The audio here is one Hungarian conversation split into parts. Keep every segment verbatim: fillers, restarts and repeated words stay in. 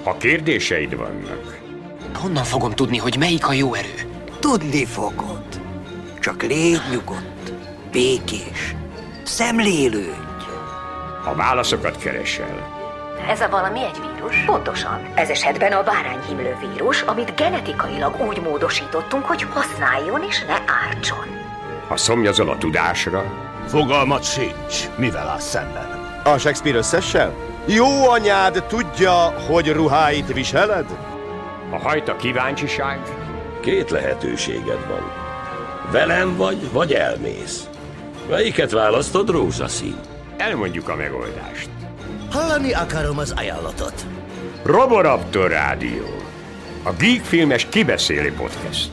Ha kérdéseid vannak... Honnan fogom tudni, hogy melyik a jó erő? Tudni fogod. Csak légy nyugodt, békés, szemlélődj. A válaszokat keresel. Ez a valami egy vírus? Pontosan. Ez esetben a bárányhimlő vírus, amit genetikailag úgy módosítottunk, hogy használjon és ne ártson. Ha szomjazol a tudásra... Fogalmat sincs, mivel állsz szemben. A Shakespeare összessel? Jó anyád tudja, hogy ruháit viseled? Ha hajt a kíváncsiság... Két lehetőséged van. Velem vagy, vagy elmész. Melyiket választod, rózsaszín? Elmondjuk a megoldást. Hallani akarom az ajánlatot. Roboraptor Rádió. A Geek Filmes kibeszélő podcast.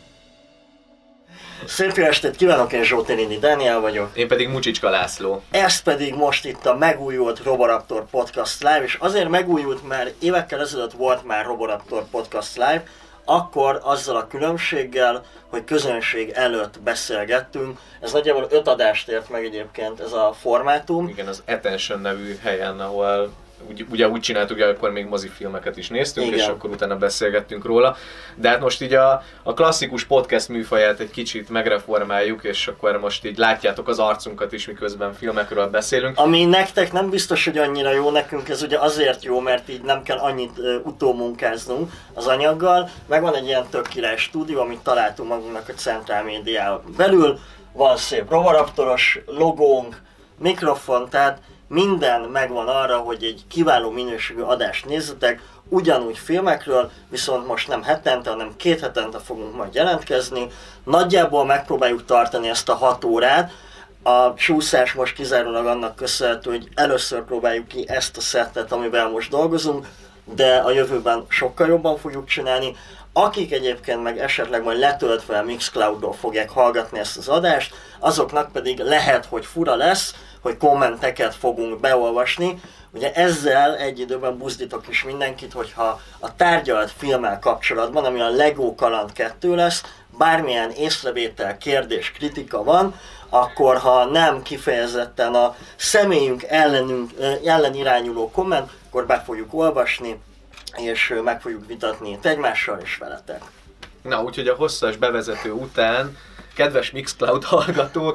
Szép jó estét kívánok, én Zsótérini Dániel vagyok. Én pedig Mucsicska László. Ez pedig most itt a megújult Roboraptor Podcast Live, és azért megújult, mert évekkel ezelőtt volt már Roboraptor Podcast Live, akkor azzal a különbséggel, hogy közönség előtt beszélgettünk. Ez nagyjából öt adást ért meg egyébként ez a formátum. Igen, az Attention nevű helyen, ahol Úgy, ugye úgy csináltuk, hogy akkor még mozifilmeket is néztünk, igen, és akkor utána beszélgettünk róla. De hát most így a, a klasszikus podcast műfaját egy kicsit megreformáljuk, és akkor most így látjátok az arcunkat is, miközben filmekről beszélünk. Ami nektek nem biztos, hogy annyira jó, nekünk ez ugye azért jó, mert így nem kell annyit uh, utómunkáznunk az anyaggal. Megvan egy ilyen tök király stúdió, amit találtunk magunknak a Centrál Médián belül. Van szép roboraptoros logónk, mikrofon, tehát minden megvan arra, hogy egy kiváló minőségű adást nézzetek, ugyanúgy filmekről, viszont most nem hetente, hanem két hetente fogunk majd jelentkezni. Nagyjából megpróbáljuk tartani ezt a hat órát. A csúszás most kizárólag annak köszönhető, hogy először próbáljuk ki ezt a szettet, amivel most dolgozunk, de a jövőben sokkal jobban fogjuk csinálni. Akik egyébként meg esetleg majd letöltve a Mixcloudról fogják hallgatni ezt az adást, azoknak pedig lehet, hogy fura lesz, hogy kommenteket fogunk beolvasni. Ugye ezzel egy időben buzdítok is mindenkit, hogyha a tárgyalt filmmel kapcsolatban, ami a Lego Kaland kettő lesz, bármilyen észrevétel, kérdés, kritika van, akkor ha nem kifejezetten a személyünk ellenünk, ellen irányuló komment, akkor be fogjuk olvasni, és meg fogjuk vitatni itt egymással és veletek. Na, úgyhogy a hosszas bevezető után, kedves Mixcloud hallgatók,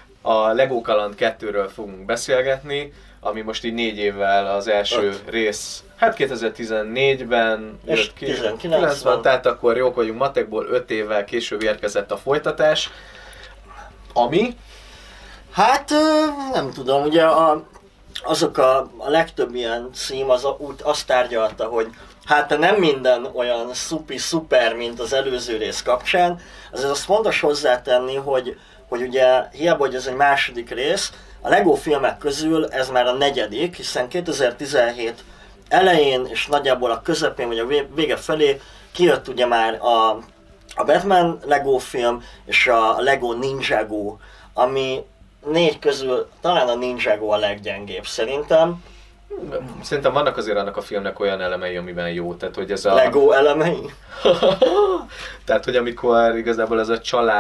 a Lego Kaland kettőről fogunk beszélgetni, ami most így négy évvel az első öt. rész, hát kétezer-tizennégyben jött ki, kilencven, tehát akkor jók vagyunk matekból, öt évvel később érkezett a folytatás, ami? Hát nem tudom, ugye a, azok a, a legtöbb ilyen cím az úgy azt tárgyalta, hogy hát nem minden olyan szupi szuper, mint az előző rész kapcsán, azért azt fontos hozzátenni, hogy hogy ugye hiába, hogy ez egy második rész, a Lego filmek közül ez már a negyedik, hiszen kétezer-tizenhét elején és nagyjából a közepén vagy a vége felé kijött ugye már a, a Batman Lego film és a Lego Ninjago, ami négy közül talán a Ninjago a leggyengébb szerintem. Szerintem vannak azért annak a filmnek olyan elemei, amiben jó, tehát hogy ez a... Lego elemei? Tehát, hogy amikor igazából ez a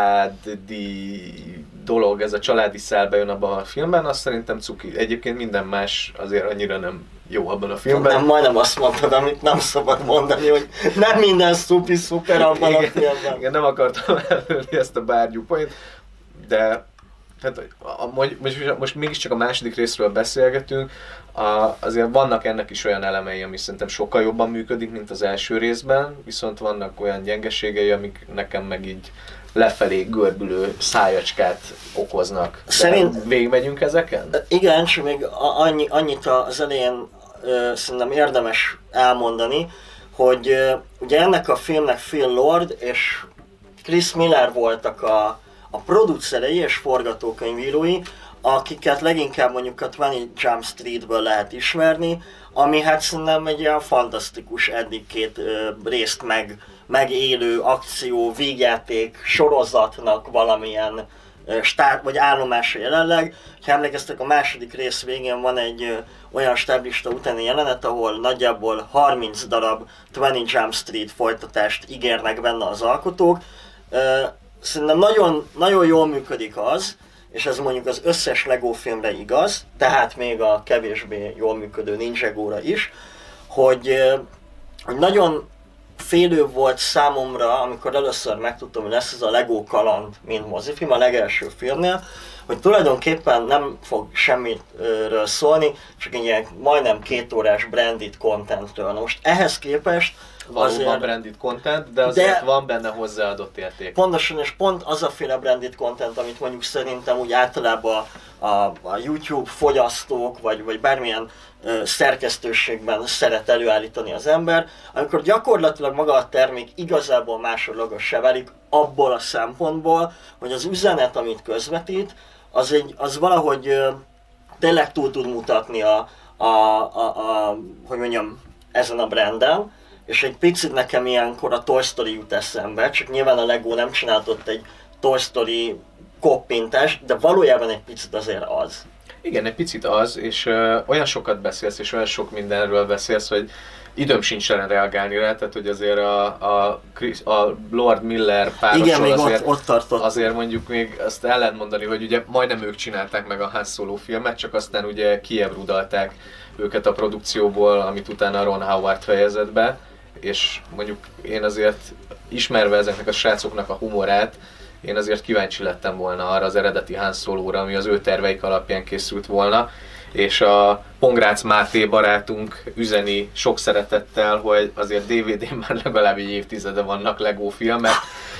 családi dolog, ez a családi szál bejön abban a filmben, azt szerintem cuki. Egyébként minden más azért annyira nem jó abban a filmben. Nem, majdnem azt mondtad, amit nem szabad mondani, hogy nem minden szupi szuper abban igen, a filmben. Igen, nem akartam előni ezt a bárgyú point, de hát, most, most, most mégiscsak a második részről beszélgetünk, a, azért vannak ennek is olyan elemei, ami szerintem sokkal jobban működik, mint az első részben, viszont vannak olyan gyengeségei, amik nekem meg így lefelé görbülő szájacskát okoznak. Szerint... Végigmegyünk ezeken? Igen, csak még annyi, annyit az elején ö, szerintem érdemes elmondani, hogy ö, ugye ennek a filmnek Phil Lord és Chris Miller voltak a a producerei és forgatókönyvírói, akiket leginkább mondjuk a húsz Jump Streetből lehet ismerni, ami hát szerintem egy ilyen fantasztikus eddig két ö, részt meg, megélő akció, vígjáték, sorozatnak valamilyen ö, stár, vagy állomása jelenleg. Ha emlékeztek, a második rész végén van egy ö, olyan stáblista utáni jelenet, ahol nagyjából harminc darab húsz Jump Street folytatást ígérnek benne az alkotók. Ö, Szerintem nagyon, nagyon jól működik az, és ez mondjuk az összes Lego filmre igaz, tehát még a kevésbé jól működő Ninjagóra is, hogy hogy nagyon félő volt számomra, amikor először megtudtam, hogy lesz ez a Lego kaland, mint mozifilm, a legelső filmnél, hogy tulajdonképpen nem fog semmiről szólni, csak egy ilyen majdnem két órás branded contentről. Na most ehhez képest valóban azért, branded content, de azért de van benne hozzáadott érték. Pontosan, és pont az a féle branded content, amit mondjuk szerintem úgy általában a, a YouTube fogyasztók, vagy, vagy bármilyen ö, szerkesztőségben szeret előállítani az ember, amikor gyakorlatilag maga a termék igazából másodlagos se válik abból a szempontból, hogy az üzenet, amit közvetít, az, egy, az valahogy ö, tényleg túl tud mutatni a, a, a, a, hogy mondjam, ezen a branden, és egy picit nekem ilyenkor a Toy Story jut eszembe, csak nyilván a Lego nem csinált ott egy Toy Story koppintást, de valójában egy picit azért az. Igen, egy picit az, és ö, olyan sokat beszélsz, és olyan sok mindenről beszélsz, hogy időm sincs erre reagálni rá, tehát hogy azért a, a, Chris, a Lord Miller párosról igen, még azért, ott, ott tartott. azért mondjuk még azt ellentmondani, hogy ugye majdnem ők csinálták meg a Han Solo filmet, csak aztán ugye kiebrudalták őket a produkcióból, amit utána Ron Howard fejezett be, és mondjuk én azért ismerve ezeknek a srácoknak a humorát, én azért kíváncsi lettem volna arra az eredeti Han Solo-ra, ami az ő terveik alapján készült volna, és a Pongrácz Máté barátunk üzeni sok szeretettel, hogy azért dé vé dén már legalább egy évtizede vannak Lego filmek,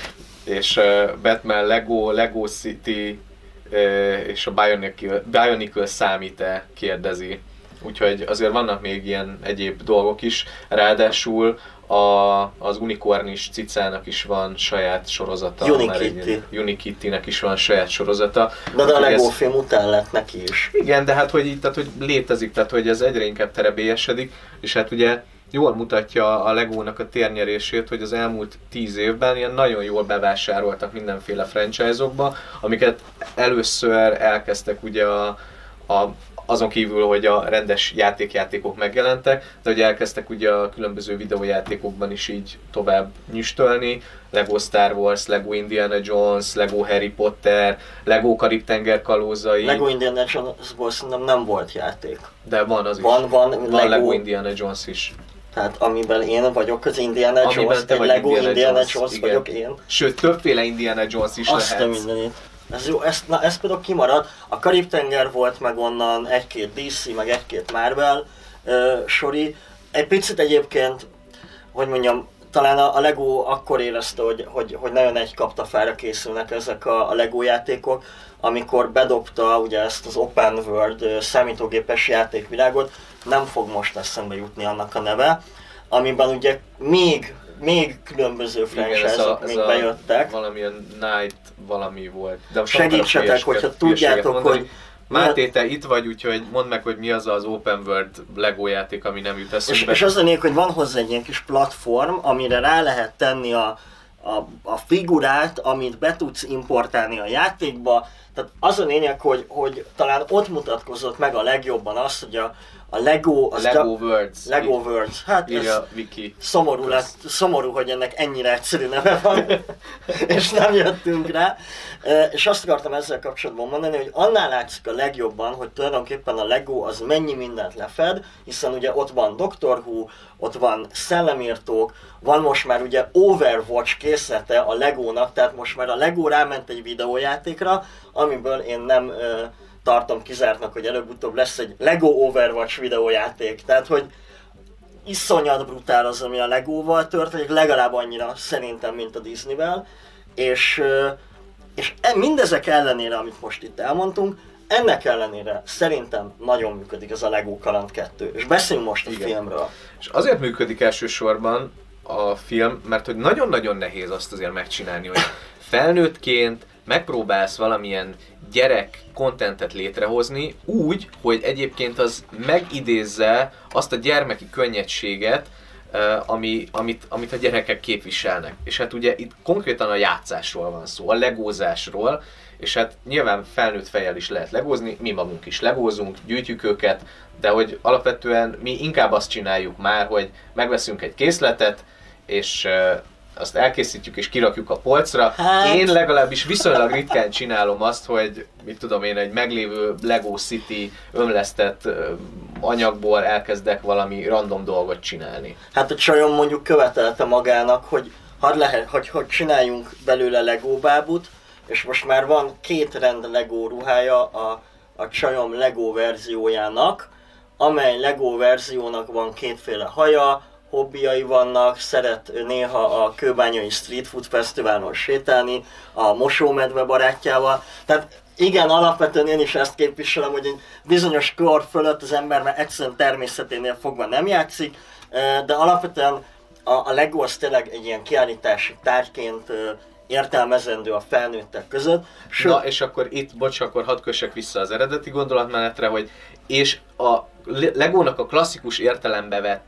és Batman Lego, Lego City és a Bionicle, Bionicle számít-e kérdezi. Úgyhogy azért vannak még ilyen egyéb dolgok is, ráadásul a, az Unicornis cicának is van saját sorozata. Unikitty. Unikitty-nek is van saját sorozata. De, de a Lego ez... film után lett neki is. Igen, de hát hogy, így, tehát, hogy létezik, tehát hogy ez egyre inkább terebélyesedik, és hát ugye jól mutatja a Legónak a térnyerését, hogy az elmúlt tíz évben ilyen nagyon jól bevásároltak mindenféle franchise-okba, amiket először elkezdtek ugye a, a azon kívül, hogy a rendes játékjátékok megjelentek, de hogy elkezdtek ugye a különböző videójátékokban is így tovább nyüstölni. Lego Star Wars, Lego Indiana Jones, Lego Harry Potter, Lego Karib-tenger kalózai. Lego Indiana Jonesból szerintem nem volt játék. De van az van, is. Van, van Lego... Lego Indiana Jones is. Tehát amiben én vagyok az Indiana Jones, amiben te vagy Lego Indiana, Indiana Jones, Jones igen. vagyok én. Sőt, többféle Indiana Jones is azt lehet. Azt mindenit. Ez jó, ez, na, ez például kimarad. A Karib-tenger volt meg onnan egy-két dé cé, meg egy-két Marvel uh, sori. Egy picit egyébként, hogy mondjam, talán a, a Lego akkor érezte, hogy, hogy, hogy nagyon egy kaptafára készülnek ezek a, a Lego játékok, amikor bedobta ugye ezt az Open World uh, számítógépes játékvilágot, nem fog most eszembe jutni annak a neve, amiben ugye még még különböző franchise-ok még bejöttek. Valamilyen Night valami volt. De segítsetek, hogyha tudjátok, mondani, hogy... Máté, te itt vagy, úgyhogy mondd meg, hogy mi az az Open World Lego játék, ami nem jut eszünkbe. És, és az a lényeg, hogy van hozzá egy ilyen kis platform, amire rá lehet tenni a, a, a figurát, amit be tudsz importálni a játékba. Tehát az a lényeg, hogy, hogy talán ott mutatkozott meg a legjobban az, hogy a A Lego, az Lego ja, Worlds. Lego Worlds. Hát ez Wiki. Szomorú, lett, szomorú, hogy ennek ennyire egyszerű neve van, és nem jöttünk rá. És azt akartam ezzel kapcsolatban mondani, hogy annál látszik a legjobban, hogy tulajdonképpen a Lego az mennyi mindent lefed, hiszen ugye ott van Doctor Who, ott van szellemírtók, van most már ugye Overwatch készlete a Legónak, tehát most már a Lego ráment egy videójátékra, amiből én nem tartom kizártnak, hogy előbb-utóbb lesz egy Lego Overwatch videójáték. Tehát, hogy iszonyat brutál az, ami a Legóval történik, legalább annyira szerintem, mint a Disneyvel. És, és mindezek ellenére, amit most itt elmondtunk, ennek ellenére szerintem nagyon működik ez a Lego Kaland kettő. És beszéljünk most a Igen. filmről. És azért működik elsősorban a film, mert hogy nagyon-nagyon nehéz azt azért megcsinálni, hogy felnőttként megpróbálsz valamilyen gyerek kontentet létrehozni úgy, hogy egyébként az megidézze azt a gyermeki könnyedséget, ami, amit, amit a gyerekek képviselnek. És hát ugye itt konkrétan a játszásról van szó, a legózásról, és hát nyilván felnőtt fejjel is lehet legózni, mi magunk is legózunk, gyűjtjük őket, de hogy alapvetően mi inkább azt csináljuk már, hogy megveszünk egy készletet, és azt elkészítjük és kirakjuk a polcra. Hát... Én legalábbis viszonylag ritkán csinálom azt, hogy mit tudom én, egy meglévő Lego City ömlesztett anyagból elkezdek valami random dolgot csinálni. Hát a csajom mondjuk követelte magának, hogy hadd lehet, hogy, hogy csináljunk belőle Lego bábut, és most már van két rend Lego ruhája a, a csajom Lego verziójának, amely Lego verziónak van kétféle haja, hobbiai vannak, szeret néha a Kőbányai Street Food Fesztiválon sétálni, a mosómedve barátjával. Tehát igen, alapvetően én is ezt képviselem, hogy egy bizonyos kor fölött az ember már egyszerűen természeténél fogva nem játszik, de alapvetően a, a Lego az tényleg egy ilyen kiállítási tárgyként értelmezendő a felnőttek között. Sőt, na és akkor itt, bocs, akkor hadd kössek vissza az eredeti gondolatmenetre, hogy és a Legónak a klasszikus értelembe vett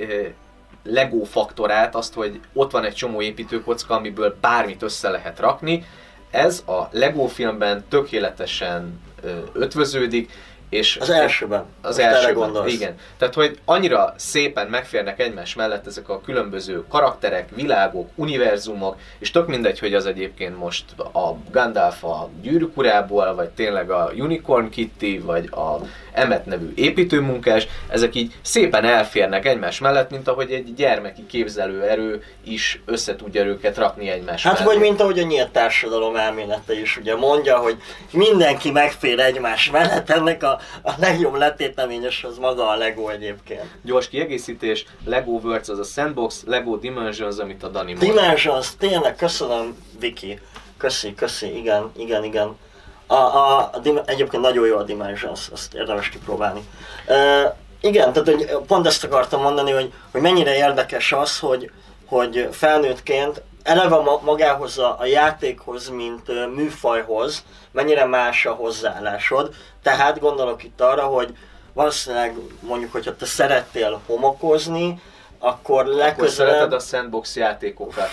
Lego faktorát, azt, hogy ott van egy csomó építőkocka, amiből bármit össze lehet rakni, ez a Lego filmben tökéletesen ötvöződik, és az elsőben. Az elsőben, igen. Tehát, hogy annyira szépen megférnek egymás mellett ezek a különböző karakterek, világok, univerzumok, és tök mindegy, hogy az egyébként most a Gandalf a Gyűrűk urából, vagy tényleg a Unicorn Kitty, vagy a Emmet nevű építőmunkás, ezek így szépen elférnek egymás mellett, mint ahogy egy gyermeki képzelőerő is össze tudja őket rakni egymás hát mellett. Hát vagy mint ahogy a nyílt társadalom elmélete is ugye mondja, hogy mindenki megfér egymás mellett, ennek a, a legjobb letéteményes az maga a Lego egyébként. Gyors kiegészítés, Lego Worlds az a Sandbox, Lego Dimensions, amit a Dani mond. Dimensions, tényleg köszönöm Viki, köszi, köszi, igen, igen, igen. A, a, a, egyébként nagyon jó a Dimensions, azt érdemes kipróbálni. Uh, igen, tehát hogy pont ezt akartam mondani, hogy, hogy mennyire érdekes az, hogy, hogy felnőttként eleve magához a, a játékhoz, mint uh, műfajhoz, mennyire más a hozzáállásod. Tehát gondolok itt arra, hogy valószínűleg mondjuk, hogyha te szerettél homokozni, akkor legközelebb... Akkor szereted a sandbox játékokat.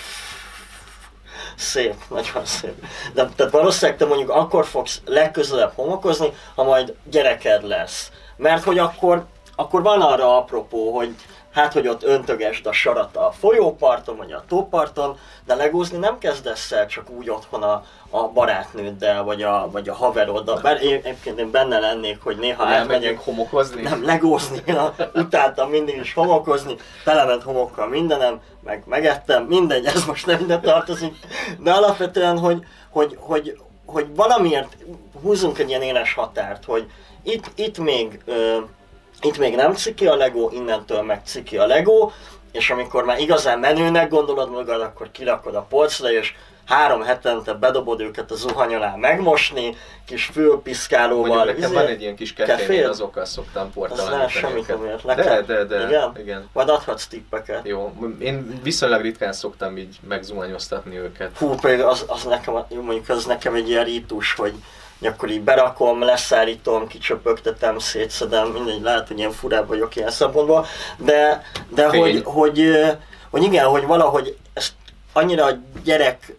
Szép, nagyon szép. De tehát valószínűleg te mondjuk akkor fogsz legközelebb homokozni, ha majd gyereked lesz. Mert hogy akkor, akkor van arra apropó, hogy hát, hogy ott öntögesd a sarat a folyóparton, vagy a tóparton, de legózni nem kezdesz el csak úgy otthon a, a barátnőddel, vagy a, vagy a haveroddal. Bár én, egyébként én benne lennék, hogy néha nem átmegyek homokozni? Nem, legózni. Én utáltam mindig is homokozni, telement homokkal mindenem, meg megettem, mindegy, ez most nem ide tartozik. De alapvetően, hogy, hogy, hogy, hogy valamiért húzzunk egy ilyen éles határt, hogy itt, itt még... Ö, Itt még nem ciki a Lego, innentől meg ciki a Lego, és amikor már igazán menőnek gondolod magad, akkor kirakod a polcra, és három hetente bedobod őket a zuhany alá megmosni, kis fülpiszkálóval. Mondjuk nekem van egy ilyen kis kefén, azokkal szoktam portalanítani. Az semmit nem ért. De, de, de. Igen? Igen. Majd adhatsz tippeket. Jó, én viszonylag ritkán szoktam így megzuhanyoztatni őket. Hú, pedig az, az nekem, mondjuk az nekem egy ilyen rítus, hogy akkor így berakom, leszállítom, kicsöpögtetem, szétszedem, mindegy, lehet, hogy ilyen furább vagyok ilyen szempontból, de, de hogy, hogy, hogy igen, hogy valahogy ezt annyira a gyerek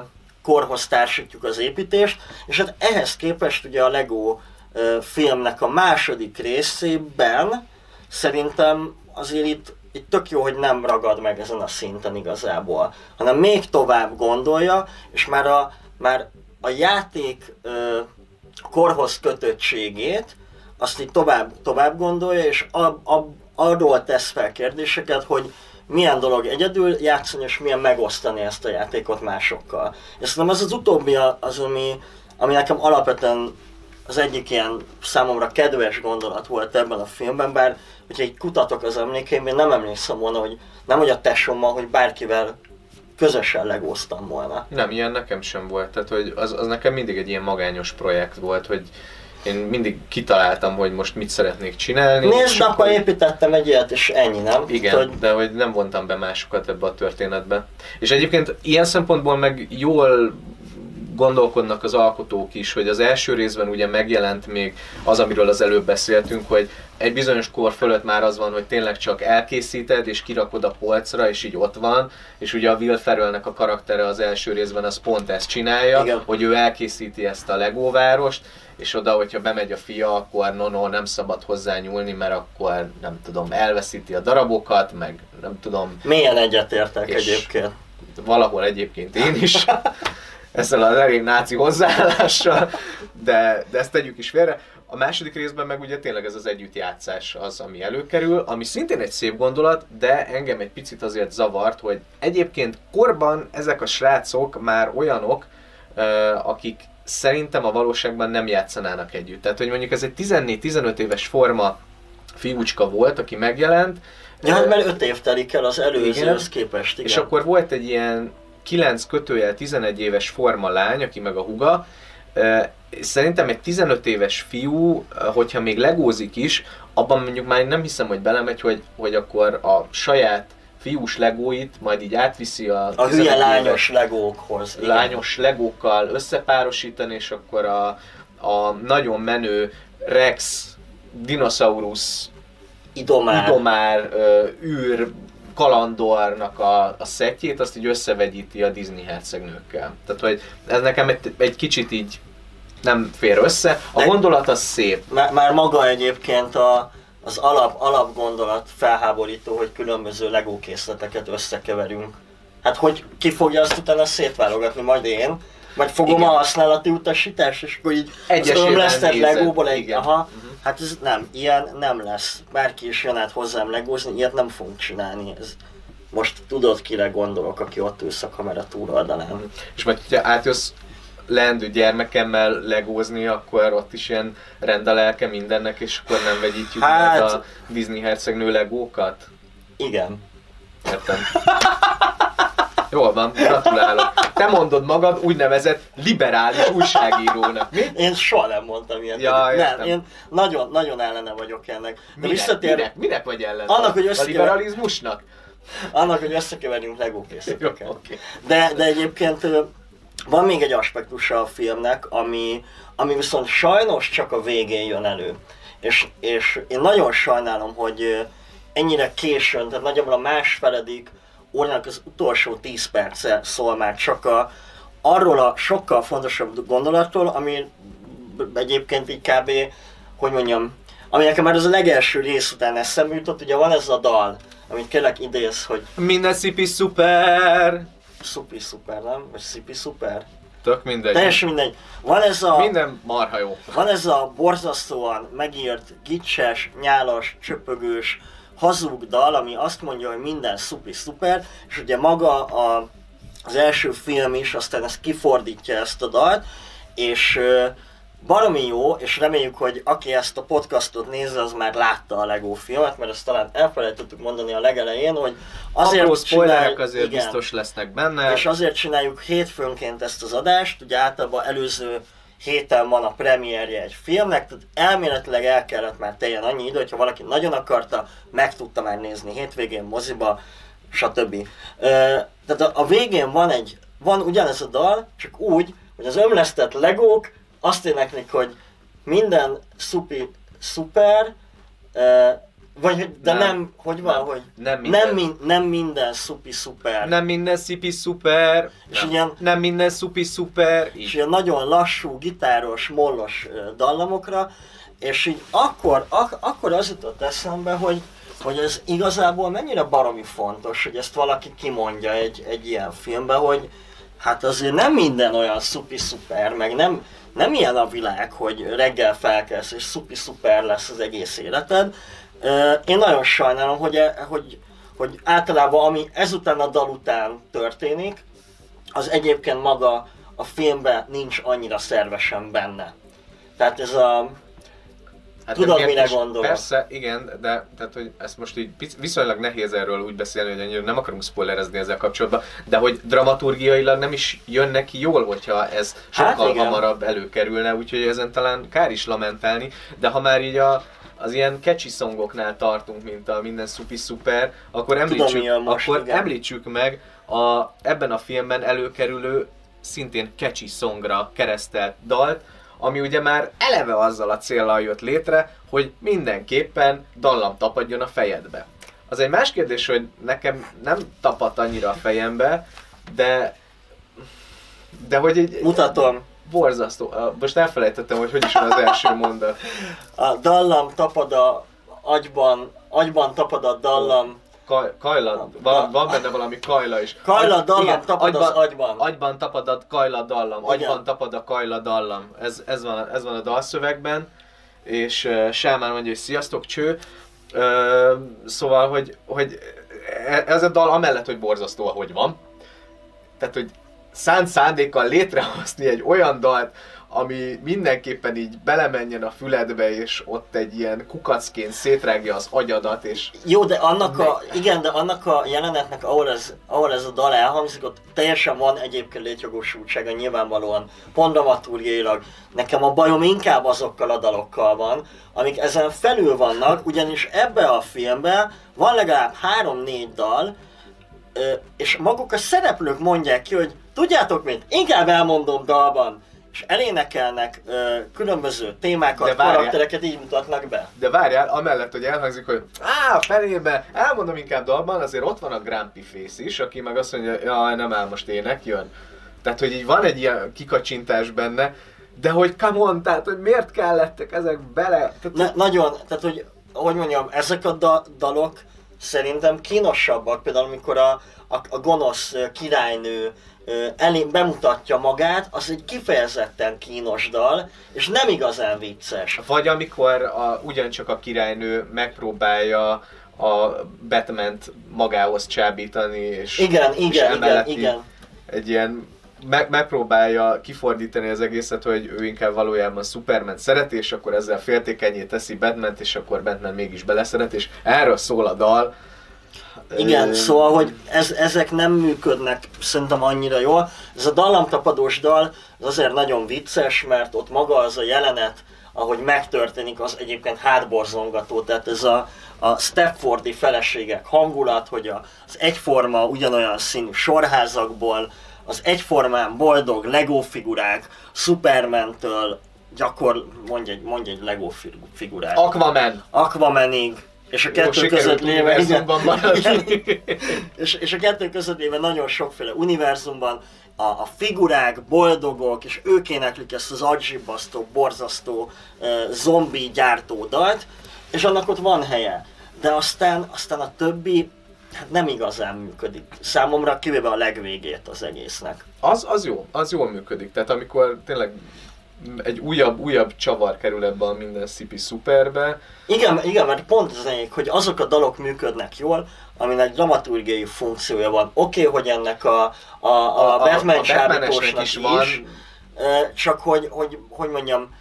korhoz társítjuk az építést, és hát ehhez képest ugye a Lego filmnek a második részében szerintem azért itt, itt tök jó, hogy nem ragad meg ezen a szinten igazából, hanem még tovább gondolja, és már a, már a játék ö, korhoz kötöttségét, azt így tovább, tovább gondolja, és a, a, arról tesz fel kérdéseket, hogy milyen dolog egyedül játszani, és milyen megosztani ezt a játékot másokkal. És szerintem ez az utóbbi az, ami, ami nekem alapvetően az egyik ilyen számomra kedves gondolat volt ebben a filmben, bár hogyha így kutatok az emlékeimben, nem emlékszem volna, hogy nem hogy a tesómmal, hogy bárkivel közösen legóztam volna. Nem, ilyen nekem sem volt. Tehát, hogy az, az nekem mindig egy ilyen magányos projekt volt, hogy én mindig kitaláltam, hogy most mit szeretnék csinálni. Nézd, akkor építettem egy ilyet, és ennyi, nem? Igen, hogy... de hogy nem vontam be másokat ebbe a történetbe. És egyébként ilyen szempontból meg jól gondolkodnak az alkotók is, hogy az első részben ugye megjelent még az, amiről az előbb beszéltünk, hogy egy bizonyos kor fölött már az van, hogy tényleg csak elkészíted és kirakod a polcra, és így ott van, és ugye a Will Ferrellnek a karaktere az első részben az pont ezt csinálja, igen, hogy ő elkészíti ezt a Lego várost, és oda, hogyha bemegy a fia, akkor no, no, nem szabad hozzá nyúlni, mert akkor nem tudom, elveszíti a darabokat, meg nem tudom. Milyen egyetértek egyébként. valahol egyébként én is, ezzel az elég náci hozzáállással, de, de ezt tegyük is félre. A második részben meg ugye tényleg ez az együttjátszás az, ami előkerül, ami szintén egy szép gondolat, de engem egy picit azért zavart, hogy egyébként korban ezek a srácok már olyanok, akik szerintem a valóságban nem játszanának együtt. Tehát, hogy mondjuk ez egy tizennégy-tizenöt éves forma fiúcska volt, aki megjelent. Ja, hát mert öt év telik el az előzőhöz képest, igen. És akkor volt egy ilyen kilenc kötőjel tizenegy éves forma lány, aki meg a húga. Szerintem egy tizenöt éves fiú, hogyha még legózik is, abban mondjuk már nem hiszem, hogy belemegy, hogy, hogy akkor a saját fiús legóit majd így átviszi a... A hülye lányos legókhoz. Igen. Lányos legókkal összepárosítani, és akkor a, a nagyon menő Rex, dinoszaurusz, idomár, idomár ö, űr, kalandornak a, a szettjét, azt így összevegyíti a Disney hercegnőkkel. Tehát, hogy ez nekem egy, egy kicsit így nem fér össze. A gondolat az szép. Már, már maga egyébként a, az alap, alapgondolat felháborító, hogy különböző Lego készleteket összekeverünk. Hát hogy ki fogja azt utána szétválogatni? Majd én? Vagy fogom igen. a használati utasítást, és akkor így egyesével az ömlesztett Legóból egy... Igen. Aha, uh-huh. Hát ez nem, ilyen nem lesz. Bárki is jön át hozzám legózni, ilyet nem fogunk csinálni. Ez most tudod, kire gondolok, aki ott ülsz a kamera túloldalán. Uh-huh. És majd, hogyha átjössz leendő gyermekemmel legózni, akkor ott is ilyen rendelelke mindennek, és akkor nem vegyítjük hát... meg a Disney hercegnő legókat? Igen. Értem. Jól van, gratulálok. Te mondod magad úgynevezett liberális újságírónak. Mi? Én soha nem mondtam ilyet. Ja, nem, én nagyon, nagyon ellene vagyok ennek. De minek, visszatér... minek, minek vagy ellene? Annak, hogy összekever... A liberalizmusnak? Annak, hogy összekeverjünk Lego készleteket. Okay. De, de egyébként van még egy aspektusa a filmnek, ami, ami viszont sajnos csak a végén jön elő. És, és én nagyon sajnálom, hogy ennyire későn, tehát nagyjából a másfeledik órának az utolsó tíz perce szól már csak a, arról a sokkal fontosabb gondolatról, ami egyébként így kb. Hogy mondjam, ami nekem már az a legelső rész után eszembe jutott, ugye van ez a dal, amit kérlek idéz, hogy... Minden szipi szuper! Szupi szuper, nem? Vagy szipi szuper? Tök mindegy. Teljesen mindegy. Van ez a... Minden marha jó. Van ez a borzasztóan megírt, gicses, nyálas, csöpögős, hazug dal, ami azt mondja, hogy minden szupi szuper, és ugye maga a, az első film is aztán ezt kifordítja ezt a dalt, és uh, baromi jó, és reméljük, hogy aki ezt a podcastot nézze, az már látta a Lego filmet, mert ezt talán elfelejtettük mondani a legelején, hogy azért apró spoilerek csináljuk, azért igen, biztos lesznek benne. És azért csináljuk hétfőnként ezt az adást, ugye általában előző héten van a premierje egy filmnek, tehát elméletileg el kellett már teljen annyi idő, hogyha valaki nagyon akarta, meg tudta már nézni hétvégén, moziba, stb. Tehát a, a végén van egy, van ugyanez a dal, csak úgy, hogy az ömlesztett legók azt éneklik, hogy minden szupi szuper, vagy de nem, nem hogy van, nem, hogy nem minden, nem, min, nem minden szupi szuper. Nem minden szipi szuper, és nem, ilyen, nem minden szupi szuper. És ilyen nagyon lassú, gitáros, mollos dallamokra, és így akkor, ak- akkor az jutott eszembe, hogy, hogy ez igazából mennyire baromi fontos, hogy ezt valaki kimondja egy, egy ilyen filmben, hogy hát azért nem minden olyan szupi szuper, meg nem, nem ilyen a világ, hogy reggel felkelsz és szupi szuper lesz az egész életed. Én nagyon sajnálom, hogy, hogy, hogy általában ami ezután a dal után történik, az egyébként maga a filmben nincs annyira szervesen benne. Tehát ez a... Hát tudod, mire gondolok? Persze, igen, de tehát, hogy ezt most így viszonylag nehéz erről úgy beszélni, hogy annyira nem akarunk spoilerezni ezzel kapcsolatban, de hogy dramaturgiailag nem is jön neki jól, hogyha ez sokkal hát hamarabb előkerülne, úgyhogy ezen talán kár is lamentálni, de ha már így a az ilyen catchy songoknál tartunk, mint a minden szupi szuper, akkor említsük, Tudom, most, akkor említsük meg a, ebben a filmben előkerülő szintén catchy songra keresztelt dalt, ami ugye már eleve azzal a céllal jött létre, hogy mindenképpen dallam tapadjon a fejedbe. Az egy más kérdés, hogy nekem nem tapadt annyira a fejembe, de de hogy egy... Mutatom. Borzasztó. Most elfelejtettem, hogy hogy is van az első mondat. A dallam tapad a agyban, agyban tapad a dallam. kaj, kajla, van, van benne valami kajla is. Kajla dallam, igen, tapad agyban, az agyban. Agyban tapad a kajla dallam, Igen. agyban tapad a kajla dallam. Ez, ez, van, ez van a dalszövegben. És uh, Selmán mondja, hogy sziasztok, cső. Uh, szóval, hogy, hogy ez a dal amellett, hogy borzasztó, ahogy van. Tehát, hogy szánt szándékkal létrehozni egy olyan dalt, ami mindenképpen így belemenjen a füledbe, és ott egy ilyen kukacként szétrágja az agyadat, és... Jó, de annak a, igen, de annak a jelenetnek, ahol ez, ahol ez a dal elhangzik, ott teljesen van egyébként létjogosultsága nyilvánvalóan, pont dramaturgiailag. Nekem a bajom inkább azokkal a dalokkal van, amik ezen felül vannak, ugyanis ebbe a filmben van legalább három-négy dal, és maguk a szereplők mondják ki, hogy tudjátok mit, inkább elmondom dalban, és elénekelnek ö, különböző témákat, karaktereket így mutatnak be. De várjál, amellett, hogy elhangzik, hogy á, felébe, elmondom inkább dalban, azért ott van a Grumpy Face is, aki meg azt mondja, jaj, nem áll most ének, jön. Tehát, hogy így van egy ilyen kikacsintás benne, de hogy come on, tehát, hogy miért kellettek ezek bele? Tehát, Na, nagyon, tehát, hogy, hogy mondjam, ezek a da- dalok szerintem kínosabbak, például amikor a, a, a gonosz királynő elé bemutatja magát, az egy kifejezetten kínos dal, és nem igazán vicces. Vagy amikor a, ugyancsak a királynő megpróbálja a Batmant magához csábítani, és, igen, és igen, igen, igen. egy ilyen meg, megpróbálja kifordítani az egészet, hogy ő inkább valójában Superman szereti, és akkor ezzel féltékenyé teszi Batmant, és akkor Batman mégis beleszeret, és erről szól a dal. Igen, szóval, hogy ez, ezek nem működnek szerintem annyira jól. Ez a dallamtapadós dal az azért nagyon vicces, mert ott maga az a jelenet, ahogy megtörténik, az egyébként hátborzongató. Tehát ez a, a Stepfordi feleségek hangulat, hogy az egyforma, ugyanolyan színű sorházakból, az egyformán boldog Lego figurák, Supermantől gyakor, mondj egy, mondj egy Lego figurát. Aquaman. Aquamanig. És a kettő között léve, és, és a kettő között léve nagyon sokféle univerzumban a, a figurák boldogok, és ők éneklik ezt az agyibbasztó, borzasztó uh, zombi gyártó dalt, és annak ott van helye. De aztán, aztán a többi hát nem igazán működik. Számomra kivéve a legvégét az egésznek. Az, az jó, az jól működik. Tehát amikor tényleg egy újabb, újabb csavar kerül ebbe a minden szipi szuperbe. Igen, igen, mert pont az egyik, hogy azok a dalok működnek jól, aminek dramaturgiai funkciója van. Oké, okay, hogy ennek a, a, a, a Batman sábítósnak is, van. is csak hogy, hogy, hogy mondjam,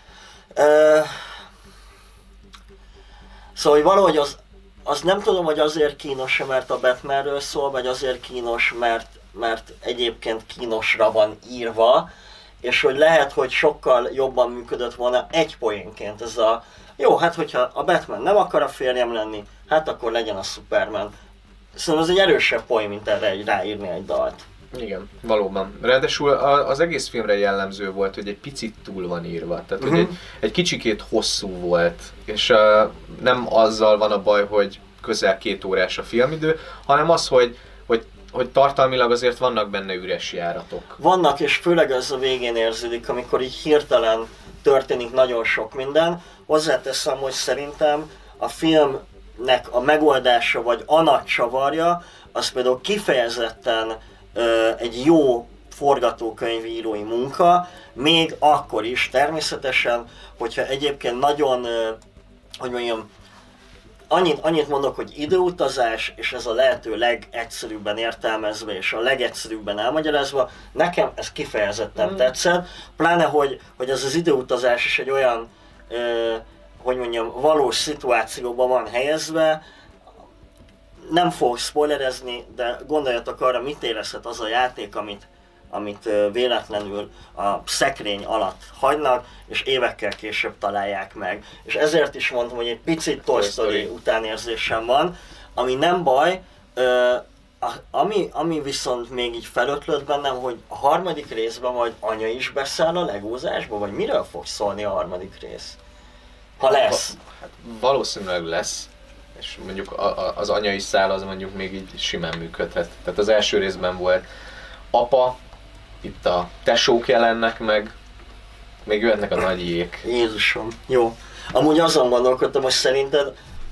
szóval hogy valahogy az, az nem tudom, hogy azért kínos, mert a Batmanről szól, vagy azért kínos, mert, mert egyébként kínosra van írva, és hogy lehet, hogy sokkal jobban működött volna egy poénként ez a jó, hát hogyha a Batman nem akar a férjem lenni, hát akkor legyen a Superman. Szóval ez egy erősebb poén, mint erre egy ráírni egy dalt. Igen, valóban. Ráadásul az egész filmre jellemző volt, hogy egy picit túl van írva. Tehát, uh-huh. hogy egy, egy kicsikét hosszú volt, és uh, nem azzal van a baj, hogy közel két órás a filmidő, hanem az, hogy, hogy hogy tartalmilag azért vannak benne üres járatok. Vannak, és főleg ez a végén érződik, amikor így hirtelen történik nagyon sok minden. Hozzáteszem, hogy szerintem a filmnek a megoldása, vagy a nagy csavarja, az például kifejezetten ö, egy jó forgatókönyvírói munka, még akkor is természetesen, hogyha egyébként nagyon, ö, hogy mondjam, Annyit, annyit mondok, hogy időutazás, és ez a lehető legegyszerűbben értelmezve és a legegyszerűbben elmagyarázva, nekem ez kifejezetten mm. tetszett, pláne, hogy, hogy ez az időutazás is egy olyan, ö, hogy mondjam, valós szituációban van helyezve. Nem fogok spoilerezni, de gondoljatok arra, mit érezhet az a játék, amit amit véletlenül a szekrény alatt hagynak, és évekkel később találják meg. És ezért is mondtam, hogy egy picit Toy Story utánérzésem van, ami nem baj, ami, ami viszont még így felötlött bennem, hogy a harmadik részben majd anya is beszáll a legózásba, vagy miről fog szólni a harmadik rész? Ha lesz. Hát valószínűleg lesz, és mondjuk a, a, az anyai szál az mondjuk még így simán működhet. Tehát az első részben volt apa, itt a tesók jelennek meg, még jöhetnek a nagyiék. Jézusom, jó. Amúgy azon gondolkodtam, hogy szerinted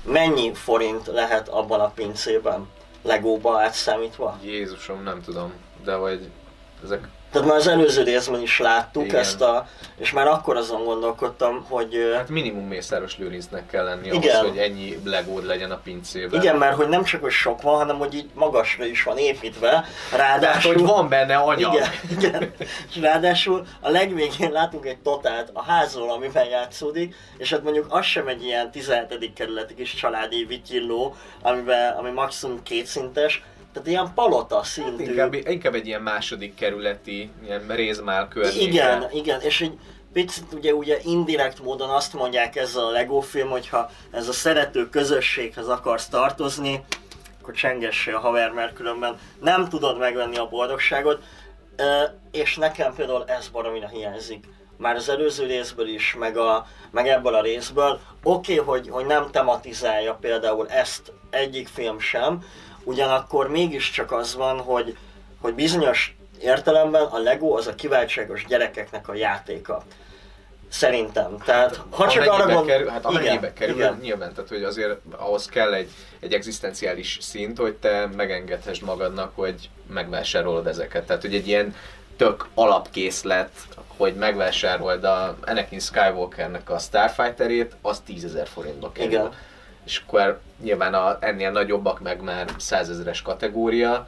mennyi forint lehet abban a pincében, Legóba átszámítva? Jézusom, nem tudom, de hogy ezek... Tehát már az előző részben is láttuk Igen. ezt a... És már akkor azon gondolkodtam, hogy... Hát minimum Mészáros Lőrincnek kell lenni Igen. ahhoz, hogy ennyi legód legyen a pincében. Igen, mert hogy nem csak, hogy sok van, hanem hogy így magasra is van építve, ráadásul... Tehát, hogy van benne anyag. Igen, igen. És ráadásul a legvégén látunk egy totát a házról, amiben játszódik, és hát mondjuk az sem egy ilyen tizenhetedik kerületi kis családi vityilló, amiben, ami maximum kétszintes, tehát ilyen palota szintű. Inkább, inkább egy ilyen második kerületi, ilyen rézmál környéke. Igen, igen, és egy picit ugye, ugye indirekt módon azt mondják ezzel a Lego film, hogyha ez a szerető közösséghez akarsz tartozni, akkor csengessél a haver, mert különben nem tudod megvenni a boldogságot, és nekem például ez baromira hiányzik. Már az előző részből is, meg, a, meg ebből a részből. Oké, okay, hogy, hogy nem tematizálja például ezt egyik film sem, ugyanakkor mégiscsak az van, hogy, hogy bizonyos értelemben a Lego az a kiváltságos gyerekeknek a játéka. Szerintem. Tehát, ha csak arra gond... kerül, hát amennyibe igen, kerül, igen. nyilván, tehát hogy azért ahhoz kell egy, egy egzisztenciális szint, hogy te megengedhessd magadnak, hogy megvásárolod ezeket. Tehát, hogy egy ilyen tök alapkészlet, hogy megvásárold a Anakin Skywalkernek a Starfighterét, az tízezer forintba kerül. Igen. És akkor nyilván a, ennél nagyobbak meg már százezeres kategória.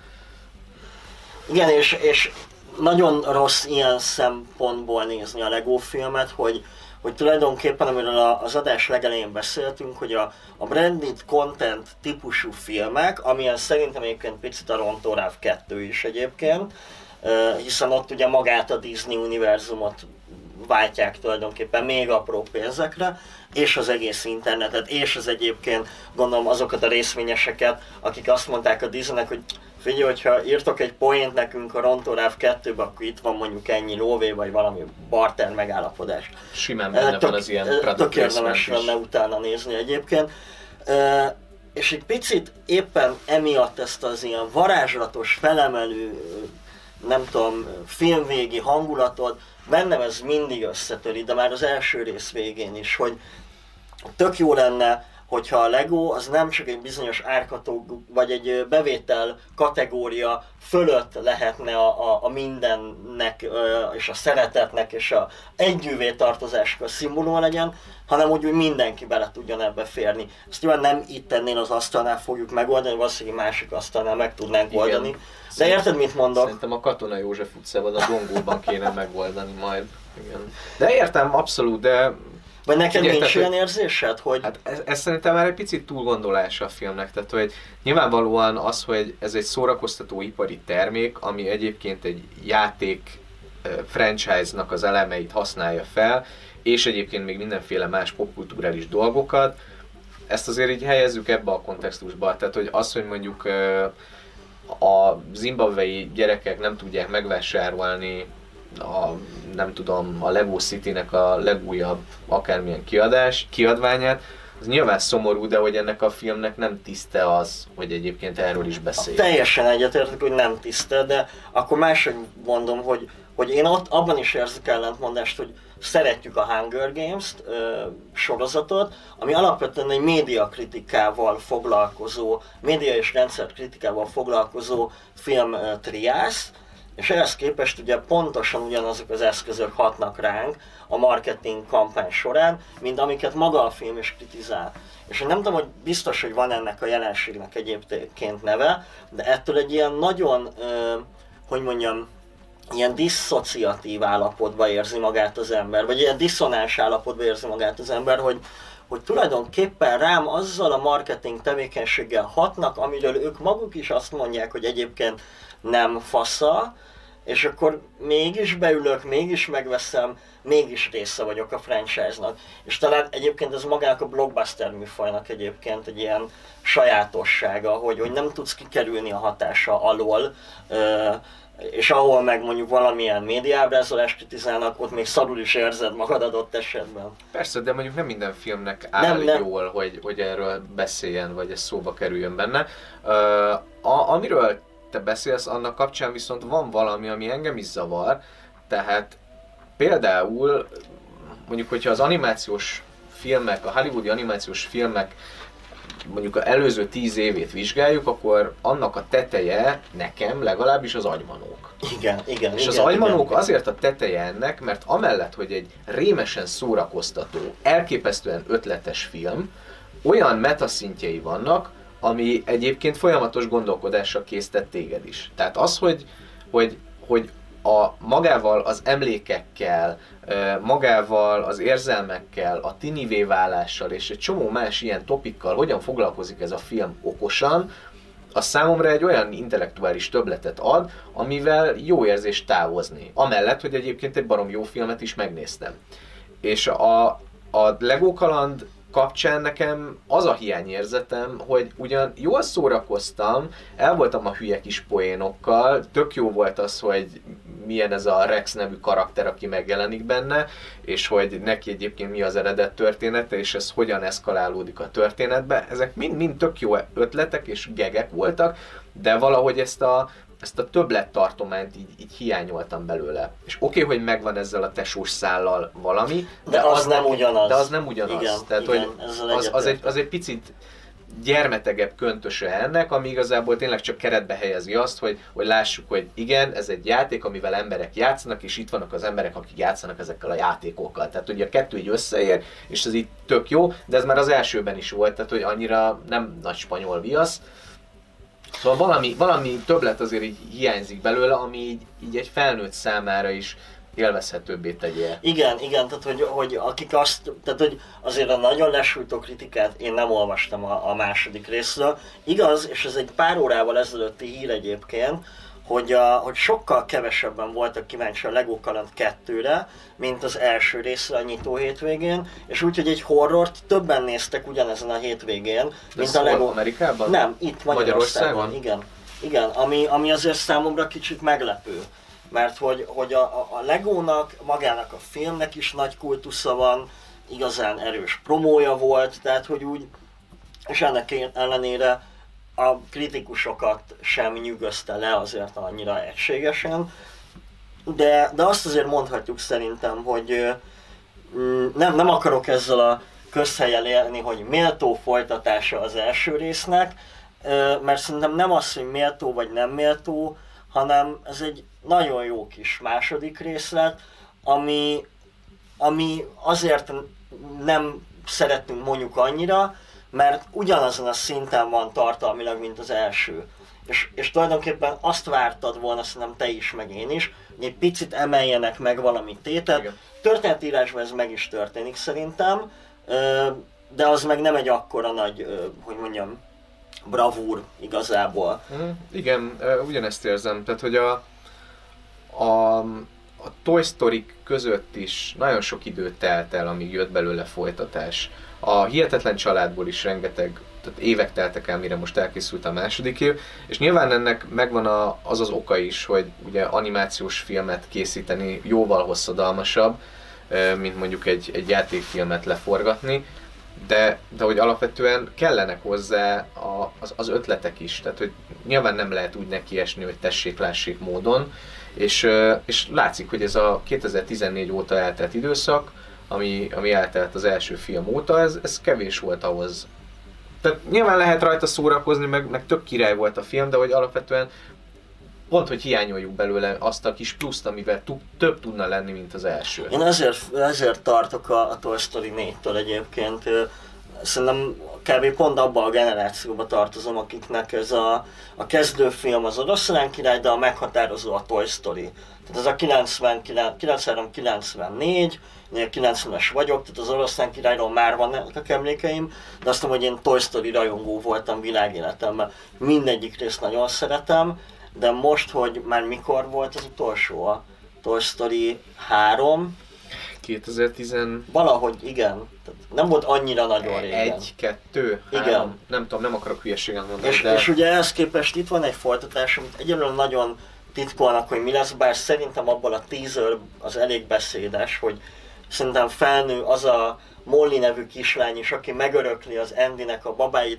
Igen, és, és nagyon rossz ilyen szempontból nézni a Lego filmet, hogy, hogy tulajdonképpen, amiről az adás legelején beszéltünk, hogy a, a branded content típusú filmek, amilyen szerintem egyébként picit a Rontóráv kettő is egyébként, hiszen ott ugye magát a Disney univerzumot váltják tulajdonképpen még apró pénzekre, és az egész internetet, és az egyébként gondolom azokat a részvényeseket, akik azt mondták a Disneynek, hogy figyelj, hogyha írtok egy poént nekünk a Rontóráv kettőbe, akkor itt van mondjuk ennyi lóvé, vagy valami barter megállapodás. Simán benne van az ilyen product tök érdemes placement is. lenne utána nézni egyébként. És egy picit éppen emiatt ezt az ilyen varázslatos, felemelő, nem tudom, filmvégi hangulatot, bennem ez mindig összetöri, de már az első rész végén is, hogy tök jó lenne, hogyha a Lego az nem csak egy bizonyos árkató, vagy egy bevétel kategória fölött lehetne a, a, a mindennek, és a szeretetnek, és a együvé tartozásnak a szimbóluma legyen, hanem úgy, hogy mindenki bele tudjon ebbe férni. Ezt nyilván nem itt ennél az asztalnál fogjuk megoldani, valószínűleg másik asztalnál meg tudnánk Igen. oldani. De érted, mit mondok? Szerintem a Katona József utcában, a Dongóban kéne megoldani majd. Igen. De értem, abszolút, de... Vagy neked Ugye, nincs tehát, olyan érzésed, hogy... Hát ez, ez szerintem már egy picit túlgondolása a filmnek, tehát hogy nyilvánvalóan az, hogy ez egy szórakoztató ipari termék, ami egyébként egy játék franchise-nak az elemeit használja fel, és egyébként még mindenféle más popkulturális dolgokat, ezt azért így helyezzük ebbe a kontextusba, tehát hogy az, hogy mondjuk a zimbabwei gyerekek nem tudják megvásárolni a, nem tudom, a Lego City-nek a legújabb akármilyen kiadás, kiadványát, az nyilván szomorú, de hogy ennek a filmnek nem tiszte az, hogy egyébként erről is beszél. Teljesen egyetértek, hogy nem tiszte, de akkor máshogy mondom, hogy, hogy én ott abban is érzek ellentmondást, hogy szeretjük a Hunger Games-t, ö, sorozatot, ami alapvetően egy médiakritikával foglalkozó, média és rendszerkritikával foglalkozó film ö, triász, és ehhez képest ugye pontosan ugyanazok az eszközök hatnak ránk a marketing kampány során, mint amiket maga a film is kritizál. És én nem tudom, hogy biztos, hogy van ennek a jelenségnek egyébként neve, de ettől egy ilyen nagyon, ö, hogy mondjam, ilyen disszociatív állapotba érzi magát az ember, vagy ilyen diszonáns állapotba érzi magát az ember, hogy, hogy tulajdonképpen rám azzal a marketing tevékenységgel hatnak, amiről ők maguk is azt mondják, hogy egyébként nem fasza, és akkor mégis beülök, mégis megveszem, mégis része vagyok a franchise-nak. És talán egyébként ez magának a blockbuster műfajnak egyébként egy ilyen sajátossága, hogy, hogy nem tudsz kikerülni a hatása alól, és ahol meg mondjuk valamilyen médiábrázolást kritizálnak, ott még szarul is érzed magad adott esetben. Persze, de mondjuk nem minden filmnek áll nem, nem. jól, hogy, hogy erről beszéljen, vagy ez szóba kerüljön benne. Uh, a, amiről te beszélsz, annak kapcsán viszont van valami, ami engem is zavar, tehát például mondjuk, hogyha az animációs filmek, a hollywoodi animációs filmek mondjuk az előző tíz évét vizsgáljuk, akkor annak a teteje nekem legalábbis az Agymanók. Igen, igen. És igen, az Agymanók igen. azért a teteje ennek, mert amellett, hogy egy rémesen szórakoztató, elképesztően ötletes film, olyan metaszintjei vannak, ami egyébként folyamatos gondolkodásra késztet téged is. Tehát az, hogy, hogy, hogy a magával az emlékekkel, magával az érzelmekkel, a tinivé válással és egy csomó más ilyen topikkal hogyan foglalkozik ez a film okosan, az számomra egy olyan intellektuális többletet ad, amivel jó érzés távozni. Amellett, hogy egyébként egy barom jó filmet is megnéztem. És a, a Lego Kaland kapcsán nekem az a hiányérzetem, hogy ugyan jól szórakoztam, el voltam a hülye kis poénokkal, tök jó volt az, hogy milyen ez a Rex nevű karakter, aki megjelenik benne, és hogy neki egyébként mi az eredet története, és ez hogyan eszkalálódik a történetbe. Ezek mind-mind tök jó ötletek és gegek voltak, de valahogy ezt a ezt a többlettartományt így, így hiányoltam belőle. És oké, okay, hogy megvan ezzel a tesós szállal valami, de, de az, az nem ugyanaz. De az nem ugyanaz. Igen, Tehát, igen, hogy az, az, egy, az egy picit gyermetegebb köntöse ennek, ami igazából tényleg csak keretbe helyezi azt, hogy, hogy lássuk, hogy igen, ez egy játék, amivel emberek játszanak, és itt vannak az emberek, akik játszanak ezekkel a játékokkal. Tehát ugye a kettő így összeér, és ez így tök jó, de ez már az elsőben is volt, tehát hogy annyira nem nagy spanyol viasz. Szóval valami, valami többlet azért így hiányzik belőle, ami így, így egy felnőtt számára is élvezhetőbbé tegye. Igen, igen, tehát hogy, hogy akik azt, tehát hogy azért a nagyon lesújtó kritikát én nem olvastam a, a második részről. Igaz, és ez egy pár órával ezelőtti hír egyébként, hogy, a, hogy sokkal kevesebben voltak kíváncsi a Lego Kaland kettőre, mint az első részre a nyitó hétvégén, és úgyhogy egy horrort többen néztek ugyanezen a hétvégén, de mint a Lego... Amerikában? Nem, itt Magyarországon. Magyarországon? Igen, igen, ami, ami azért számomra kicsit meglepő. Mert hogy, hogy a, a Legónak, magának a filmnek is nagy kultusza van, igazán erős promója volt, tehát hogy úgy, és ennek ellenére a kritikusokat sem nyűgözte le azért annyira egységesen, de, de azt azért mondhatjuk szerintem, hogy nem, nem akarok ezzel a közhellyel élni, hogy méltó folytatása az első résznek, mert szerintem nem az, hogy méltó vagy nem méltó, hanem ez egy nagyon jó kis második részlet, ami, ami azért nem szeretünk mondjuk annyira, mert ugyanazon a szinten van tartalmilag, mint az első. És, és tulajdonképpen azt vártad volna, szerintem te is, meg én is, hogy egy picit emeljenek meg valami tétet. Igen. Történetírásban ez meg is történik szerintem, de az meg nem egy akkora nagy, hogy mondjam, bravúr igazából. Mm, igen, ugyanezt érzem. Tehát, hogy a, a, a Toy Story között is nagyon sok idő telt el, amíg jött belőle folytatás. A Hihetetlen családból is rengeteg, tehát évek teltek el, mire most elkészült a második év, és nyilván ennek megvan a, az az oka is, hogy ugye animációs filmet készíteni jóval hosszadalmasabb, mint mondjuk egy, egy játékfilmet leforgatni, de, de hogy alapvetően kellenek hozzá a, az, az ötletek is, tehát hogy nyilván nem lehet úgy nekiesni, hogy tessék-lássék módon, és, és látszik, hogy ez a kétezer-tizennégy óta eltelt időszak, ami, ami eltelt az első film óta, ez, ez kevés volt ahhoz. Tehát nyilván lehet rajta szórakozni, meg, meg tök király volt a film, de hogy alapvetően pont, hogy hiányoljuk belőle azt a kis pluszt, amivel több tudna lenni, mint az első. Én ezért, ezért tartok a, a Toy Story négytől egyébként. Szerintem kb. Pont abban a generációba tartozom, akiknek ez a, a kezdőfilm az Oroszlán király, de a meghatározó a Toy Story. Tehát ez a kilencvenhárom kilencvennégy, én kilencvenes vagyok, tehát az Oroszlán királyról már vannak emlékeim, de azt mondom, hogy én Toy Story rajongó voltam világéletemben. Mindegyik részt nagyon szeretem, de most, hogy már mikor volt az utolsó, a Toy Story három, kétezer-tíz valahogy igen, tehát nem volt annyira nagyon régen. Egy, kettő, igen. Három. Nem tudom, nem akarok hülyeséget mondani. És, de... és ugye ehhez képest itt van egy folytatás, amit egyelőre nagyon titkolnak, hogy mi lesz, bár szerintem abból a teaser az elég beszédes, hogy szerintem felnő az a Molly nevű kislány is, aki megörökli az Andynek a babáit,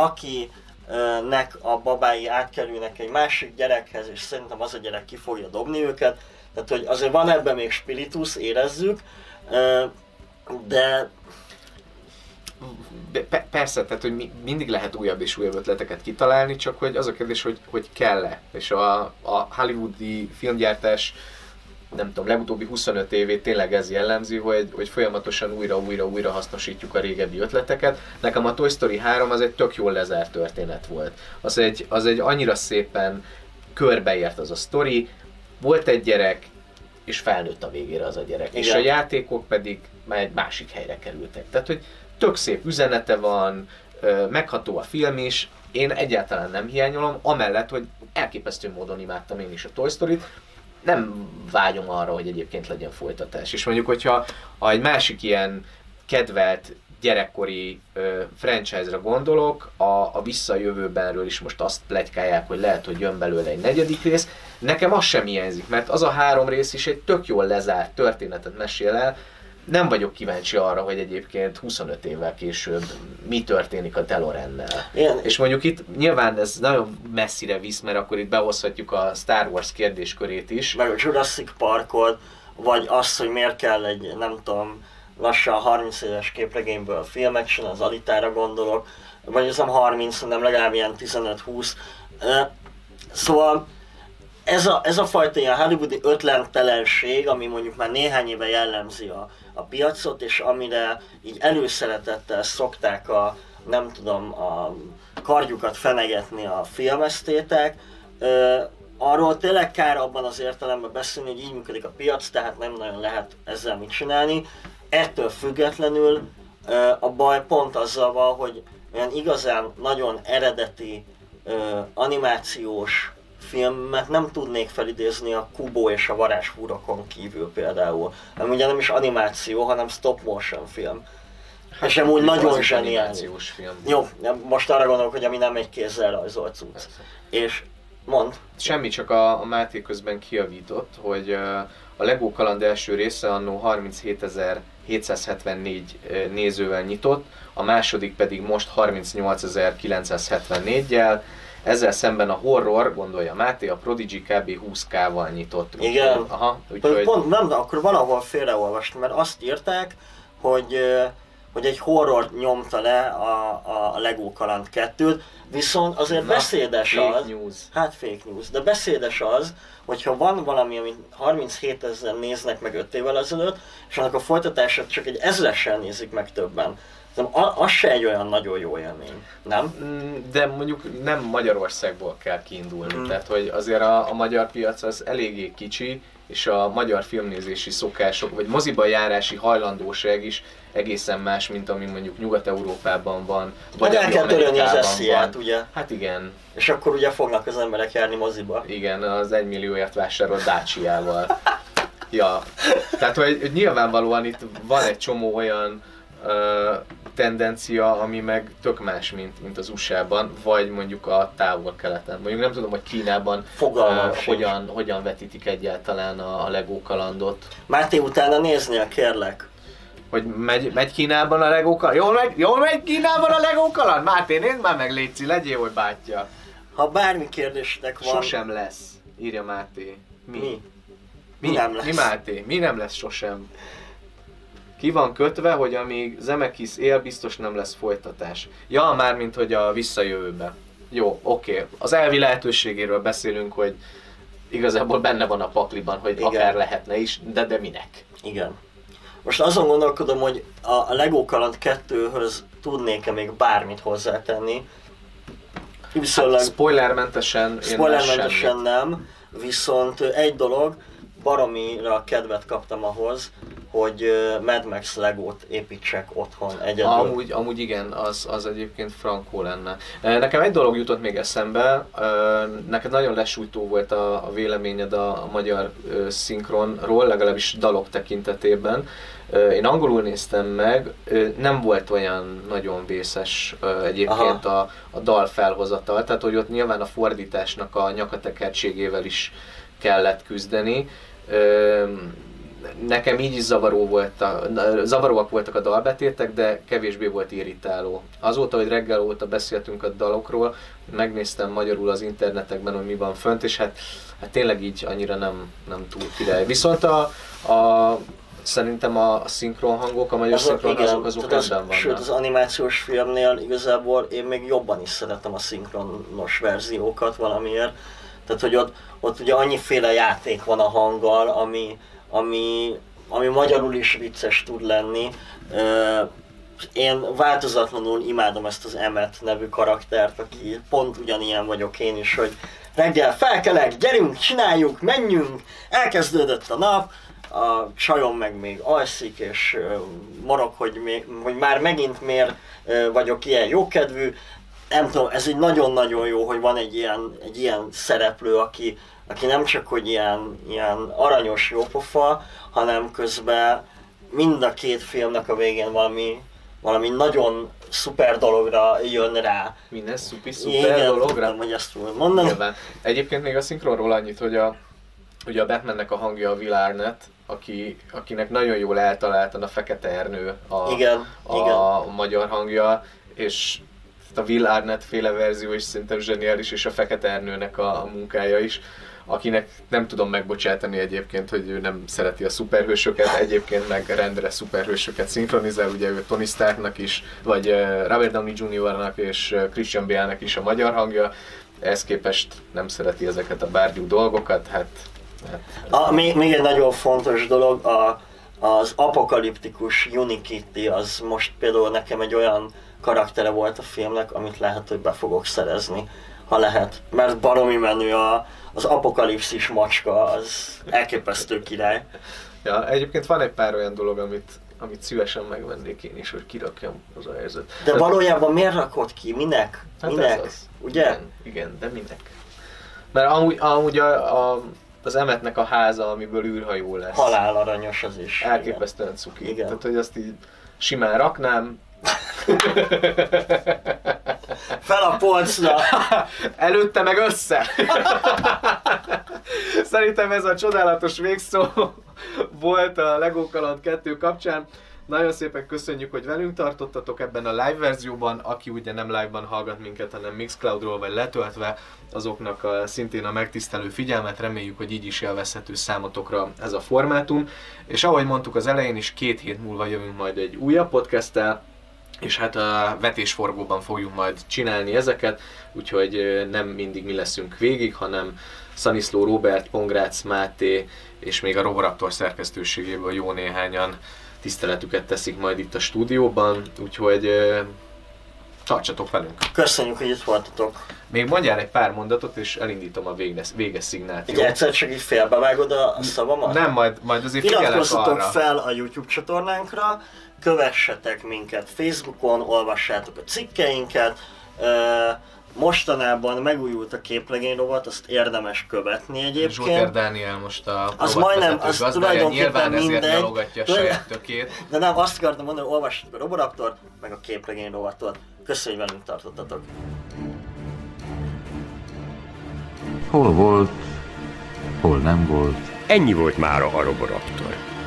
akinek a babái átkerülnek egy másik gyerekhez, és szerintem az a gyerek ki fogja dobni őket. Tehát, hogy azért van ebben még spiritus, érezzük, de... persze, tehát hogy mi, mindig lehet újabb és újabb ötleteket kitalálni, csak hogy az a kérdés, hogy, hogy kell-e. És a, a hollywoodi filmgyártás, nem tudom, legutóbbi huszonöt évét tényleg ez jellemzi, hogy, hogy folyamatosan újra-újra-újra hasznosítjuk a régebbi ötleteket. Nekem a Toy Story három az egy tök jól lezárt történet volt. Az egy, az egy annyira szépen körbeért az a sztori, volt egy gyerek, és felnőtt a végére az a gyerek. Igen. És a játékok pedig már egy másik helyre kerültek. Tehát, hogy tök szép üzenete van, megható a film is, én egyáltalán nem hiányolom, amellett, hogy elképesztő módon imádtam én is a Toy Storyt, nem vágyom arra, hogy egyébként legyen folytatás. És mondjuk, hogyha ha egy másik ilyen kedvelt gyerekkori ö, franchise-ra gondolok, a, a Visszajövőbenről is most azt pletykálják, hogy lehet, hogy jön belőle egy negyedik rész. Nekem az sem hiányzik, mert az a három rész is egy tök jól lezárt történetet mesél el. Nem vagyok kíváncsi arra, hogy egyébként huszonöt évvel később mi történik a DeLoreannel. Igen. És mondjuk itt nyilván ez nagyon messzire visz, mert akkor itt behozhatjuk a Star Wars kérdéskörét is. Meg a Jurassic Parkot, vagy azt, hogy miért kell egy, nem tudom, lassan harminc éves képregényből film action, az Alitára gondolok, vagy az nem harminc, hanem legalább ilyen tizenöt-húsz. Szóval ez a, ez a fajta ilyen hollywoodi ötlentelenség, ami mondjuk már néhány éve jellemzi a, a piacot, és amire így előszeretettel szokták a, nem tudom, a kardjukat fenegetni a filmesztétek, arról tényleg kár abban az értelemben beszélni, hogy így működik a piac, tehát nem nagyon lehet ezzel mit csinálni. Ettől függetlenül a baj pont azzal van, hogy olyan igazán nagyon eredeti animációs filmet nem tudnék felidézni a Kubo és a varázshúrokon kívül például. Nem ugye nem is animáció, hanem stop motion film. Hát és amúgy nagyon zseniális. Film. Jó, most arra gondolok, hogy ami nem egy kézzel rajzolt cucc. És mond. Semmi, csak a, a Máté közben kijavított, hogy a Lego Kaland első része annó harminchétezer-hétszázhetvennégy nézővel nyitott, a második pedig most harmincnyolcezer-kilencszázhetvennégyel. Ezzel szemben a horror, gondolja Máté, a Prodigy kb. húsz ká-val nyitott. Igen. Úgy, aha, úgyhogy... Pont nem, de akkor valahol félreolvastam, mert azt írták, hogy, hogy egy horror nyomta le a, a Lego Kaland kettőt, viszont azért Na, beszédes fake az, news. hát fake news, de beszédes az, hogyha van valami, amit harminchétezren néznek meg öt évvel ezelőtt, és annak a folytatását csak egy ezressel nézik meg többen. Az se egy olyan nagyon jó élmény, nem? De mondjuk nem Magyarországból kell kiindulni, mm. tehát hogy azért a, a magyar piac az eléggé kicsi, és a magyar filmnézési szokások, vagy moziba járási hajlandóság is egészen más, mint ami mondjuk Nyugat-Európában van, vagy el kell törölni az esziát, ugye? Hát igen. És akkor ugye fognak az emberek járni moziba. Igen, az egymillióért vásárolt Dacia-val. Ja, tehát hogy nyilvánvalóan itt van egy csomó olyan uh, tendencia, ami meg tök más, mint, mint az u es á-ban, vagy mondjuk a távol-keleten. Mondjuk nem tudom, hogy Kínában uh, hogyan, hogyan vetítik egyáltalán a, a Lego Kalandot. Máté, utána néznél, kérlek. Hogy megy, megy Kínában a Lego Kaland? Jól megy, jól megy Kínában a Lego Kaland? Máté, nézd már meg, létszi, legyél, hogy bátyja. Ha bármi kérdésnek van... Sosem lesz, írja Máté. Mi? Mi? Mi, Mi nem lesz? Mi Máté? Mi nem lesz sosem? Ki van kötve, hogy amíg Zemeckis él, biztos nem lesz folytatás. Ja, mármint, hogy a Visszajövőbe. Jó, oké. Okay. Az elvi lehetőségéről beszélünk, hogy igazából benne van a pakliban, hogy igen, akár lehetne is, de de minek? Igen. Most azon gondolkodom, hogy a Lego Kaland kettőhöz tudnék-e még bármit hozzátenni. Viszonylag... Hát, spoilermentesen, spoilermentesen nem, viszont egy dolog, baromira kedvet kaptam ahhoz, hogy Mad Max Legót építsek otthon egyedül. Amúgy, amúgy igen, az, az egyébként frankó lenne. Nekem egy dolog jutott még eszembe, neked nagyon lesújtó volt a, a véleményed a, a magyar szinkronról, legalábbis dalok tekintetében. Én angolul néztem meg, nem volt olyan nagyon vészes egyébként a, a dal felhozatal, tehát hogy ott nyilván a fordításnak a nyakatekertségével is kellett küzdeni. Nekem így is zavaró volt a, zavaróak voltak a dalbetétek, de kevésbé volt irritáló. Azóta, hogy reggel óta beszéltünk a dalokról, megnéztem magyarul az internetekben, hogy mi van fönt, és hát, hát tényleg így annyira nem, nem túl király. Viszont a, a szerintem a, a szinkron hangok, a magyar Azok, szinkron igen, azok, azok tehát rendben az, sőt, vannak. az animációs filmnél igazából én még jobban is szeretem a szinkronos verziókat valamiért. Tehát, hogy ott, ott ugye annyiféle játék van a hanggal, ami, ami, ami magyarul is vicces tud lenni. Én változatlanul imádom ezt az Emmet nevű karaktert, aki pont ugyanilyen vagyok én is, hogy reggel felkelek, gyerünk, csináljuk, menjünk, elkezdődött a nap, a csajom meg még alszik, és marok, hogy, még, hogy már megint miért vagyok ilyen jókedvű. Nem tudom, ez egy nagyon-nagyon jó, hogy van egy ilyen, egy ilyen szereplő, aki, aki nem csak hogy ilyen, ilyen aranyos jópofa, hanem közben mind a két filmnek a végén valami, valami nagyon szuper dologra jön rá. Minden szupi szuper Igen, dologra? tudtam, hogy ezt tudom mondani. Nyilván. Egyébként még a szinkronról annyit, hogy a, ugye a Batmannek a hangja a Will Arnett, aki, akinek nagyon jól eltaláltan a Fekete Ernő a, igen, a, igen. a magyar hangja, és a Will Arnett féle verzió is szerintem zseniális, és a Fekete Ernőnek a, a munkája is, akinek nem tudom megbocsátani egyébként, hogy ő nem szereti a szuperhősöket, egyébként meg rendre szuperhősöket szinkronizál, ugye ő Tony Starknak is, vagy Robert Downey juniornak és Christian Bale-nek is a magyar hangja, ehhez képest nem szereti ezeket a bárgyú dolgokat, hát... hát a, még, még egy nagyon fontos dolog, a, az apokaliptikus Unikitty, az most például nekem egy olyan karaktere volt a filmnek, amit lehet, hogy be fogok szerezni, ha lehet. Mert baromi menő a, az apokalipszis macska, az elképesztő király. Ja, egyébként van egy pár olyan dolog, amit, amit szívesen megvennék én is, hogy kirakjam az a helyzet. De valójában miért rakod ki? Minek? Hát Minek? ez az. Ugye? Igen, igen, de minek? Mert amúgy, amúgy a, a, az Emmetnek a háza, amiből űrhajó lesz. Halál aranyos az is. Elképesztően cuki. Igen. Tehát, hogy azt így simán raknám. Fel a polcra! Előtte meg össze! Szerintem ez a csodálatos végszó volt a Lego Kaland kettő kapcsán. Nagyon szépen köszönjük, hogy velünk tartottatok ebben a live verzióban. Aki ugye nem live-ban hallgat minket, hanem Mixcloudról vagy letöltve, azoknak a, szintén a megtisztelő figyelmet. Reméljük, hogy így is élvezhető számotokra ez a formátum. És ahogy mondtuk az elején is, két hét múlva jövünk majd egy újabb podcasttel, és hát a vetésforgóban fogjuk majd csinálni ezeket, úgyhogy nem mindig mi leszünk végig, hanem Szaniszló Róbert, Pongrácz Máté és még a Roboraptor szerkesztőségéből jó néhányan tiszteletüket teszik majd itt a stúdióban, úgyhogy tartsatok velünk! Köszönjük, hogy itt voltatok! Még mondjál egy pár mondatot, és elindítom a véges, véges szignált. Egy egyszer csak így félbevágod a szavamat? Nem, majd, majd azért figyelek arra. Iratkozzatok fel a YouTube csatornánkra, kövessetek minket Facebookon, olvassátok a cikkeinket. Mostanában megújult a képregény rovat, azt érdemes követni egyébként. Zsótér Dániel most a az majdnem, az gazdája, tulajdonképpen nyilván ezért mindegy. nyalogatja a saját tökét. De nem, azt akartam mondani, hogy olvassatok a Roboraptort, meg a képregény rovatot. Köszönjük, hogy velünk tartottatok. Hol volt, hol nem volt. Ennyi volt mára a Roboraptor.